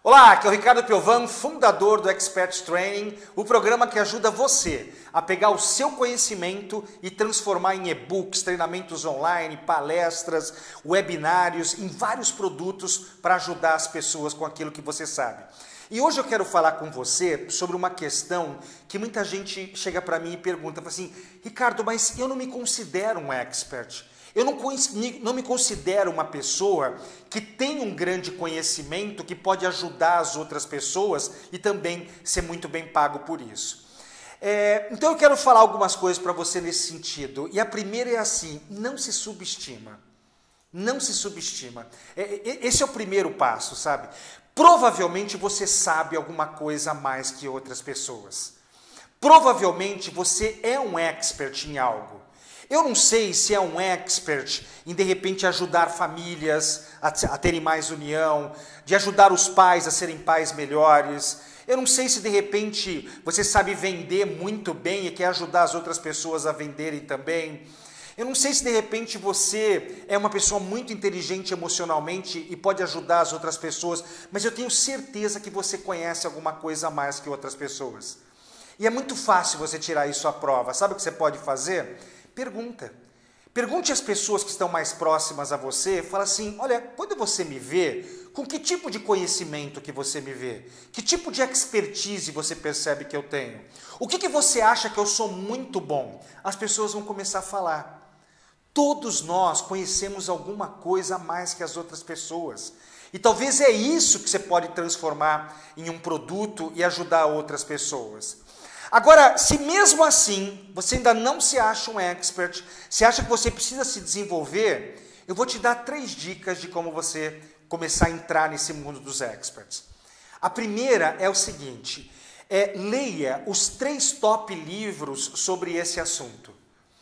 Olá, aqui é o Ricardo Piovan, fundador do Expert Training, o programa que ajuda você a pegar o seu conhecimento e transformar em e-books, treinamentos online, palestras, webinários, em vários produtos para ajudar as pessoas com aquilo que você sabe. E hoje eu quero falar com você sobre uma questão que muita gente chega para mim e pergunta, fala assim, Ricardo, mas eu não me considero um expert. Eu não me considero uma pessoa que tem um grande conhecimento que pode ajudar as outras pessoas e também ser muito bem pago por isso. Então eu quero falar algumas coisas para você nesse sentido. E a primeira é assim, não se subestima. Não se subestima. Esse é o primeiro passo, sabe? Provavelmente você sabe alguma coisa a mais que outras pessoas. Provavelmente você é um expert em algo. Eu não sei se é um expert em, de repente, ajudar famílias a terem mais união, de ajudar os pais a serem pais melhores. Eu não sei se, de repente, você sabe vender muito bem e quer ajudar as outras pessoas a venderem também. Eu não sei se, de repente, você é uma pessoa muito inteligente emocionalmente e pode ajudar as outras pessoas, mas eu tenho certeza que você conhece alguma coisa a mais que outras pessoas. E é muito fácil você tirar isso à prova. Sabe o que você pode fazer? Pergunta. Pergunte às pessoas que estão mais próximas a você, fala assim, olha, quando você me vê, com que tipo de conhecimento que você me vê? Que tipo de expertise você percebe que eu tenho? O que você acha que eu sou muito bom? As pessoas vão começar a falar. Todos nós conhecemos alguma coisa a mais que as outras pessoas. E talvez é isso que você pode transformar em um produto e ajudar outras pessoas. Agora, se mesmo assim você ainda não se acha um expert, se acha que você precisa se desenvolver, eu vou te dar 3 dicas de como você começar a entrar nesse mundo dos experts. A primeira é o seguinte, leia os 3 top livros sobre esse assunto.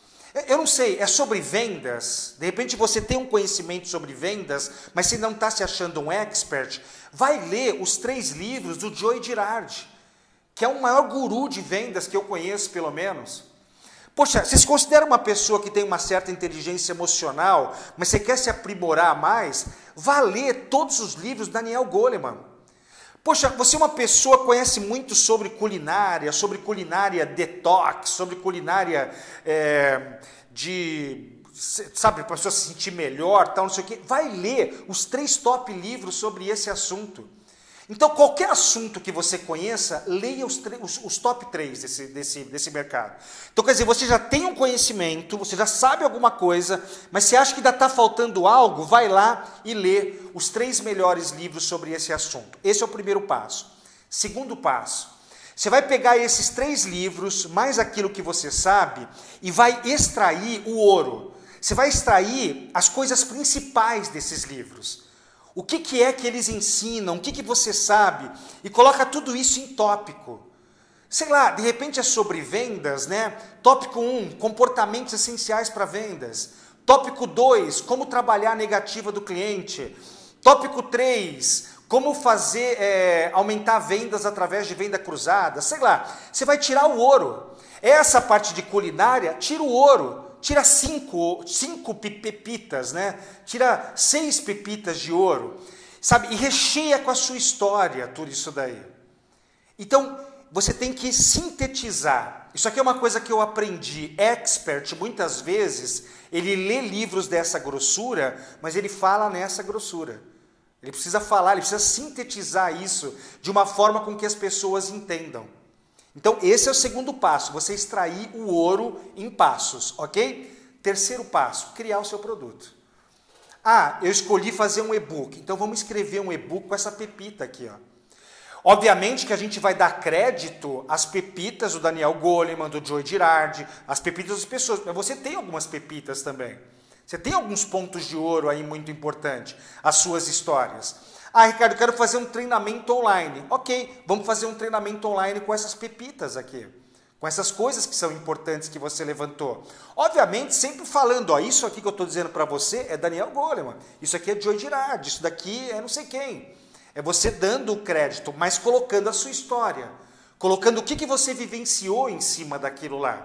Eu não sei, é sobre vendas? De repente você tem um conhecimento sobre vendas, mas você não está se achando um expert, vai ler os 3 livros do Joe Girardi, que é o maior guru de vendas que eu conheço, pelo menos. Poxa, você se considera uma pessoa que tem uma certa inteligência emocional, mas você quer se aprimorar mais? Vá ler todos os livros do Daniel Goleman. Poxa, você é uma pessoa que conhece muito sobre culinária detox, sobre culinária sabe, para a pessoa se sentir melhor, tal, não sei o quê. Vai ler os 3 top livros sobre esse assunto. Então, qualquer assunto que você conheça, leia os top 3 desse mercado. Então, quer dizer, você já tem um conhecimento, você já sabe alguma coisa, mas você acha que ainda está faltando algo, vai lá e lê os 3 melhores livros sobre esse assunto. Esse é o primeiro passo. Segundo passo, você vai pegar esses 3 livros, mais aquilo que você sabe, e vai extrair o ouro. Você vai extrair as coisas principais desses livros. O que é que eles ensinam, o que você sabe, e coloca tudo isso em tópico. Sei lá, de repente é sobre vendas, né? Tópico 1, comportamentos essenciais para vendas. Tópico 2, como trabalhar a negativa do cliente. Tópico 3, como fazer, aumentar vendas através de venda cruzada. Sei lá, você vai tirar o ouro. Essa parte de culinária, tira o ouro. Tira 5 pepitas, né? Tira 6 pepitas de ouro, sabe? E recheia com a sua história tudo isso daí. Então, você tem que sintetizar. Isso aqui é uma coisa que eu aprendi. Expert, muitas vezes, ele lê livros dessa grossura, mas ele fala nessa grossura. Ele precisa falar, ele precisa sintetizar isso de uma forma com que as pessoas entendam. Então, esse é o segundo passo, você extrair o ouro em passos, ok? Terceiro passo, criar o seu produto. Ah, eu escolhi fazer um e-book, então vamos escrever um e-book com essa pepita aqui, ó. Obviamente que a gente vai dar crédito às pepitas do Daniel Goleman, do Joe Girardi, às pepitas das pessoas, mas você tem algumas pepitas também. Você tem alguns pontos de ouro aí muito importantes, as suas histórias. Ah, Ricardo, eu quero fazer um treinamento online. Ok, vamos fazer um treinamento online com essas pepitas aqui. Com essas coisas que são importantes que você levantou. Obviamente, sempre falando, ó, isso aqui que eu estou dizendo para você é Daniel Goleman. Isso aqui é Joe Girardi, isso daqui é não sei quem. É você dando o crédito, mas colocando a sua história. Colocando o que você vivenciou em cima daquilo lá.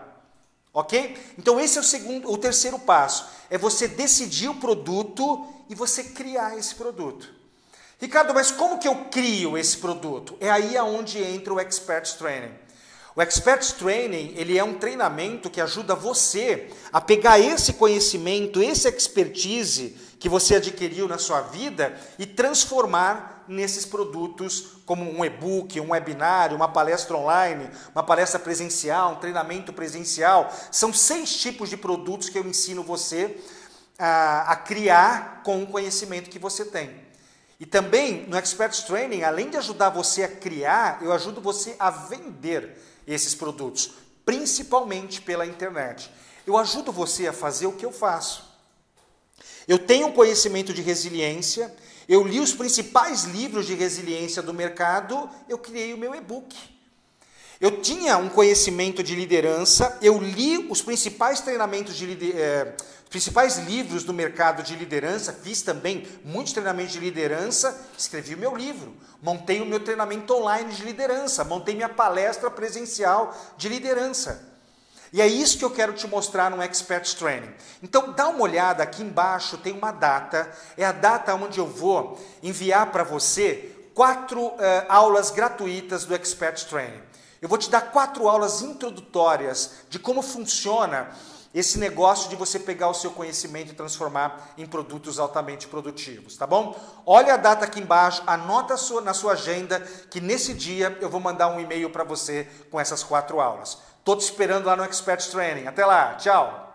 Ok? Então esse é o terceiro passo. É você decidir o produto e você criar esse produto. Ricardo, mas como que eu crio esse produto? É aí aonde entra o Expert Training. O Expert Training, ele é um treinamento que ajuda você a pegar esse conhecimento, esse expertise que você adquiriu na sua vida e transformar nesses produtos como um e-book, um webinário, uma palestra online, uma palestra presencial, um treinamento presencial. São 6 tipos de produtos que eu ensino você a criar com o conhecimento que você tem. E também no Expert Training, além de ajudar você a criar, eu ajudo você a vender esses produtos, principalmente pela internet. Eu ajudo você a fazer o que eu faço. Eu tenho um conhecimento de resiliência, eu li os principais livros de resiliência do mercado, eu criei o meu e-book. Eu tinha um conhecimento de liderança, eu li os principais treinamentos principais livros do mercado de liderança, fiz também muitos treinamentos de liderança, escrevi o meu livro, montei o meu treinamento online de liderança, montei minha palestra presencial de liderança. E é isso que eu quero te mostrar no Expert Training. Então dá uma olhada, aqui embaixo tem uma data, é a data onde eu vou enviar para você 4 aulas gratuitas do Expert Training. Eu vou te dar 4 aulas introdutórias de como funciona esse negócio de você pegar o seu conhecimento e transformar em produtos altamente produtivos, tá bom? Olha a data aqui embaixo, anota na sua agenda que nesse dia eu vou mandar um e-mail para você com essas 4 aulas. Estou te esperando lá no Expert Training. Até lá, tchau!